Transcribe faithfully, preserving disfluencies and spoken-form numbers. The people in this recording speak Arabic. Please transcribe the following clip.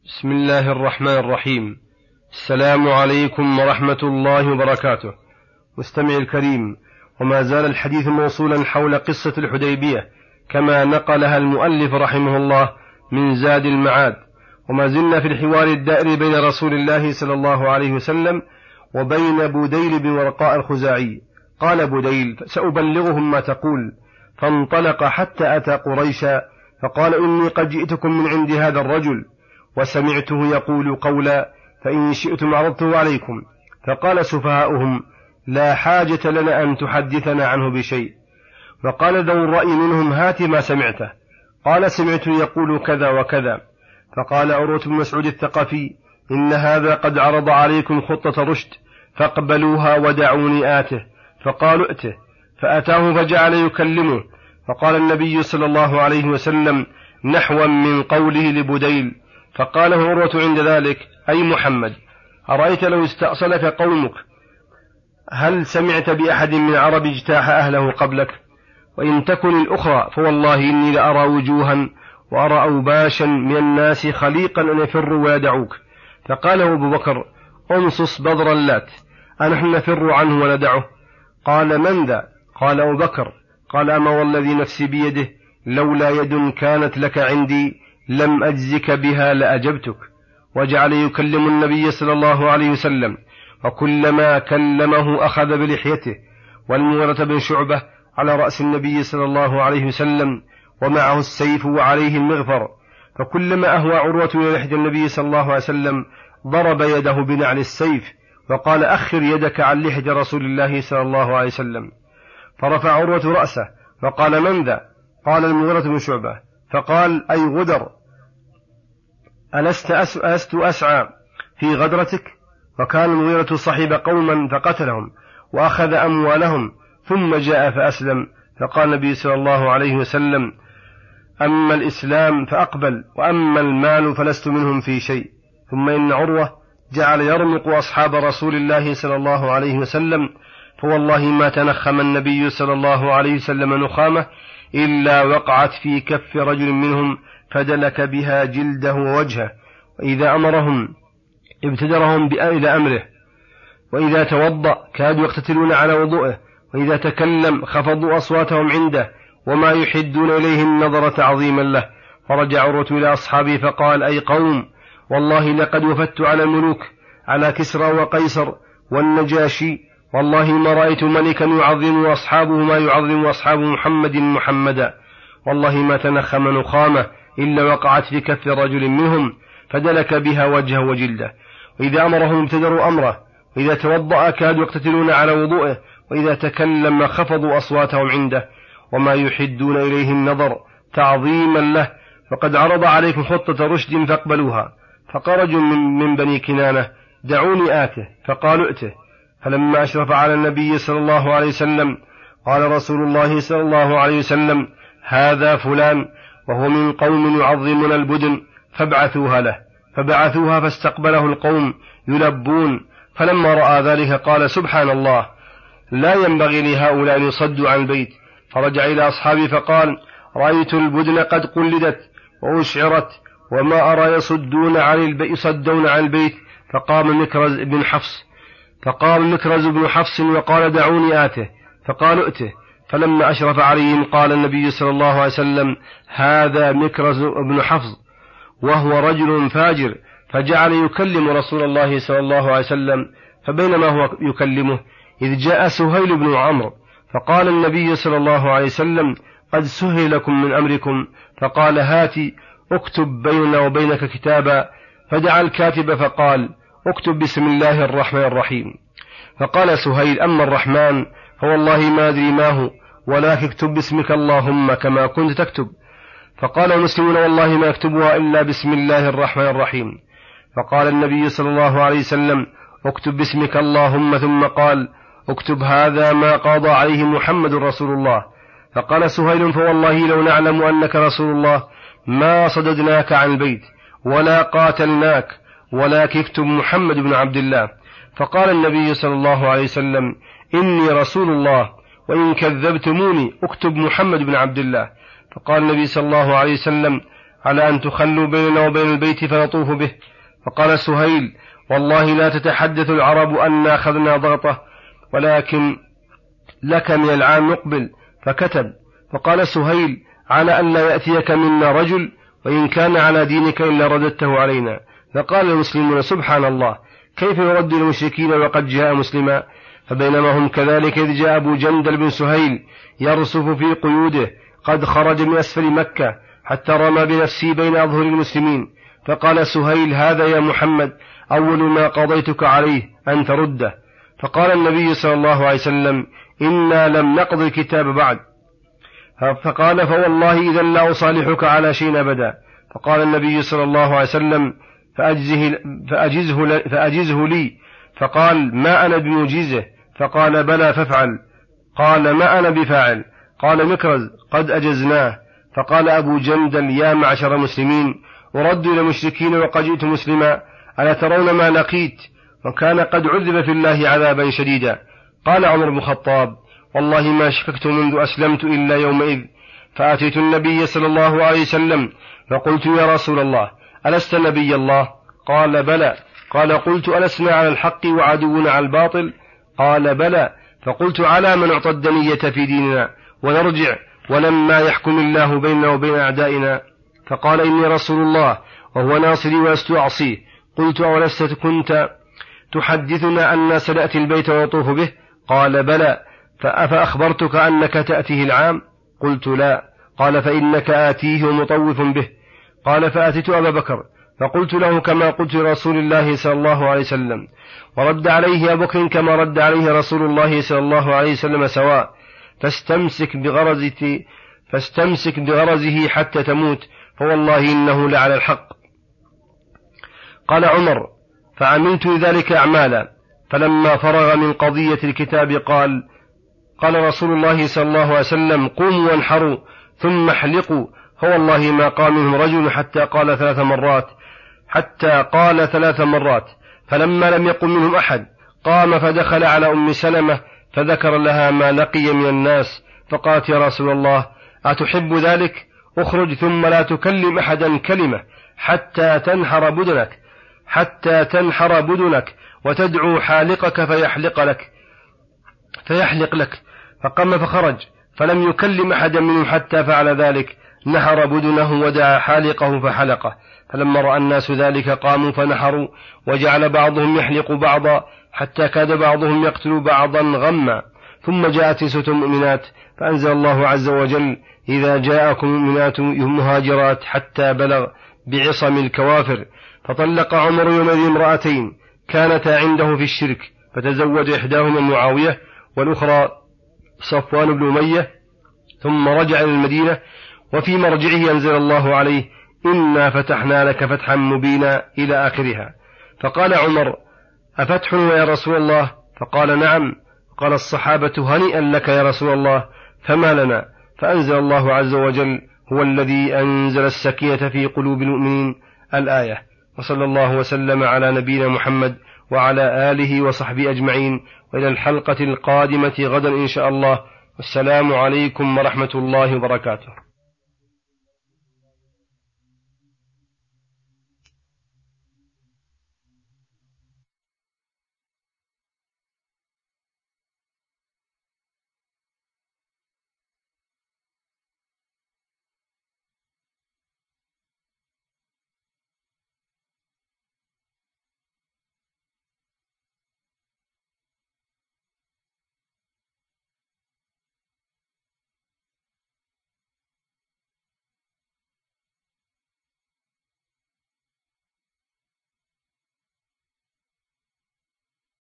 بسم الله الرحمن الرحيم. السلام عليكم ورحمة الله وبركاته. مستمعي الكريم، وما زال الحديث موصولا حول قصة الحديبية كما نقلها المؤلف رحمه الله من زاد المعاد، وما زلنا في الحوار الدائر بين رسول الله صلى الله عليه وسلم وبين بديل بن ورقاء الخزاعي. قال بديل: سأبلغهم ما تقول. فانطلق حتى أتى قريشا فقال: إني قد جئتكم من عند هذا الرجل وسمعته يقول قولا، فإن شئتم عرضته عليكم. فقال سفهاؤهم: لا حاجة لنا أن تحدثنا عنه بشيء. فقال ذو الرأي منهم: هات ما سمعته. قال: سمعت يقول كذا وكذا. فقال عروة بن مسعود الثقفي: إن هذا قد عرض عليكم خطة رشد فاقبلوها ودعوني آته. فقالوا: ائته. فأتاه فجعل يكلمه. فقال النبي صلى الله عليه وسلم نحوا من قوله لبديل. فقال عروة عند ذلك: أي محمد، أرأيت لو استأصلك قومك هل سمعت بأحد من عرب اجتاح أهله قبلك؟ وإن تكن الأخرى فوالله إني لأرى وجوها وأرى أوباشا من الناس خليقا أن يفروا ويدعوك. فقال أبو بكر: أنصص بدر اللات، أنحن نفر عنه وندعه؟ قال: من ذا؟ قال: أبو بكر. قال: أما والذي نفسي بيده لولا يد كانت لك عندي لم أجزك بها لأجبتك. وجعل يكلم النبي صلى الله عليه وسلم، وكلما كلمه أخذ بلحيته. والمغيرة بن شعبة على رأس النبي صلى الله عليه وسلم ومعه السيف وعليه المغفر، فكلما أهوى عروة إلى لحية النبي صلى الله عليه وسلم ضرب يده بنعل السيف وقال: أخر يدك عن لحية رسول الله صلى الله عليه وسلم. فرفع عروة رأسه فقال: من ذا؟ قال: المغيرة بن شعبة. فقال: أي غدر، ألست أست أسعى في غدرتك؟ وكان المغيرة صحب قوما فقتلهم وأخذ أموالهم ثم جاء فأسلم. فقال النبي صلى الله عليه وسلم: أما الإسلام فأقبل، وأما المال فلست منهم في شيء. ثم إن عروة جعل يرمق أصحاب رسول الله صلى الله عليه وسلم، فوالله ما تنخم النبي صلى الله عليه وسلم نخامة إلا وقعت في كف رجل منهم فدلك بها جلده ووجهه. وإذا أمرهم ابتدرهم إلى أمره، وإذا توضأ كادوا يقتتلون على وضوءه، وإذا تكلم خفضوا أصواتهم عنده، وما يحدون إليه النظر تعظيما له. فرجع عروة إلى أصحابه فقال: أي قوم، والله لقد وفدت على الملوك، على كسرى وقيصر والنجاشي، والله ما رأيت ملكا يعظم أصحابه ما يعظم أصحاب محمد محمدا. والله ما تنخم نخامة إلا وقعت في كف رجل منهم فدلك بها وجهه وجلده. وإذا أمرهم ابتدروا أمره، وإذا توضأ كادوا يقتتلون على وضوءه، وإذا تكلم خفضوا أصواتهم عنده، وما يحدون إليه النظر تعظيما له. فقد عرض عليكم خطة رشد فاقبلوها. فقال رجل من بني كنانة: دعوني آته. فقالوا: ائته. فلما أشرف على النبي صلى الله عليه وسلم قال رسول الله صلى الله عليه وسلم: هذا فلان، وهو من قوم يعظمون البدن، فابعثوها له. فبعثوها فاستقبله القوم يلبون. فلما رأى ذلك قال: سبحان الله، لا ينبغي لهؤلاء أن يصدوا عن البيت. فرجع إلى أصحابه فقال: رأيت البدن قد قلدت وأشعرت، وما أرى يصدون عن البيت يصدون عن البيت. فقام مكرز بن حفص فقام مكرز بن حفص وقال: دعوني آته. فقالوا: ائته. فلما أشرف عليهم قال النبي صلى الله عليه وسلم: هذا مكرز بن حفص، وهو رجل فاجر. فجعل يكلم رسول الله صلى الله عليه وسلم، فبينما هو يكلمه إذ جاء سهيل بن عمرو، فقال النبي صلى الله عليه وسلم: قد سهل لكم من أمركم. فقال: هاتي اكتب بيننا وبينك كتابا. فدعا الكاتب فقال: اكتب بسم الله الرحمن الرحيم. فقال سهيل: أما الرحمن فوالله ما أدري ما هو، ولكن اكتب باسمك اللهم كما كنت تكتب. فقال المسلمون: والله ما يكتبها إلا بسم الله الرحمن الرحيم. فقال النبي صلى الله عليه وسلم: اكتب باسمك اللهم. ثم قال: اكتب هذا ما قاضى عليه محمد رسول الله. فقال سهيل: فوالله لو نعلم أنك رسول الله ما صددناك عن البيت ولا قاتلناك، ولكن اكتب محمد بن عبد الله. فقال النبي صلى الله عليه وسلم: إني رسول الله، وإن كذبتموني اكتب محمد بن عبد الله. فقال النبي صلى الله عليه وسلم: على أن تخلوا بيننا وبين البيت فنطوف به. فقال سهيل: والله لا تتحدث العرب أن أخذنا ضغطه، ولكن لك من العام مقبل. فكتب. فقال سهيل: على أن لا يأتيك منا رجل، وإن كان على دينك إلا رددته علينا. فقال المسلمون: سبحان الله، كيف يرد المشركين وقد جاء مسلما؟ فبينما هم كذلك إذ جاء أبو جندل بن سهيل يرصف في قيوده قد خرج من أسفل مكة حتى رمى بنفسه بين أظهر المسلمين. فقال سهيل: هذا يا محمد أول ما قضيتك عليه أن ترده. فقال النبي صلى الله عليه وسلم: إنا لم نقض الكتاب بعد. فقال: فوالله إذا لا أصالحك على شيء أبدا. فقال النبي صلى الله عليه وسلم: فأجزه, فأجزه, فأجزه لي. فقال: ما أنا بمجيزه. فقال: بلى فافعل. قال: ما أنا بفاعل. قال مكرز: قد أجزناه. فقال أبو جندل: يا معشر المسلمين، ورد إلى المشركين وقد جئت مسلما، ألا ترون ما لقيت؟ وكان قد عذب في الله عذابا شديدا. قال عمر بن الخطاب: والله ما شككت منذ أسلمت إلا يومئذ. فأتيت النبي صلى الله عليه وسلم فقلت: يا رسول الله، ألست نبي الله؟ قال: بلى. قال: قلت: ألسنا على الحق وعدونا على الباطل؟ قال: بلى. فقلت: على من نعطى الدنية في ديننا ونرجع ولما يحكم الله بيننا وبين أعدائنا؟ فقال: إني رسول الله وهو ناصري ولست أعصيه. قلت: أولست كنت تحدثنا أن سنأتي البيت ونطوف به؟ قال: بلى. فأخبرتك أنك تأتيه العام؟ قلت: لا. قال: فإنك آتيه مطوف به. قال: فأتيت أبا بكر فقلت له كما قلت لرسول الله صلى الله عليه وسلم، ورد عليه أبو بكر كما رد عليه رسول الله صلى الله عليه وسلم سواء، فاستمسك بغرزه, فاستمسك بغرزه حتى تموت، فوالله إنه لعلى الحق. قال عمر: فعملت ذلك أعمالا. فلما فرغ من قضية الكتاب قال قال رسول الله صلى الله عليه وسلم: قوموا وانحروا ثم احلقوا. فوالله ما قام منهم رجل حتى قال ثلاث مرات حتى قال ثلاث مرات فلما لم يقم منهم أحد قام فدخل على أم سلمة فذكر لها ما لقي من الناس، فقالت: يا رسول الله، أتحب ذلك؟ اخرج ثم لا تكلم أحدا كلمة حتى تنحر بدنك حتى تنحر بدنك وتدعو حالقك فيحلق لك فيحلق لك. فقام فخرج فلم يكلم أحدا منهم حتى فعل ذلك، نحر بدنه ودعا حالقه فحلقه. فلما رأى الناس ذلك قاموا فنحروا، وجعل بعضهم يحلق بعضا حتى كاد بعضهم يقتل بعضا غما. ثم جاءت نسوة مؤمنات فأنزل الله عز وجل: إذا جاءكم مؤمنات مهاجرات حتى بلغ بعصم الكوافر. فطلق عمر يومئذ امرأتين كانتا عنده في الشرك، فتزوج إحداهما معاوية والأخرى صفوان بن أمية، ثم رجع إلى المدينة، وفي مرجعه أنزل الله عليه: إنا فتحنا لك فتحا مبينا إلى آخرها. فقال عمر: أفتح يا رسول الله؟ فقال: نعم. قال الصحابة: هنيئا لك يا رسول الله، فما لنا؟ فأنزل الله عز وجل: هو الذي أنزل السكينة في قلوب المؤمنين، الآية. وصلى الله وسلم على نبينا محمد وعلى آله وصحبه أجمعين، وإلى الحلقة القادمة غدا إن شاء الله. والسلام عليكم ورحمة الله وبركاته.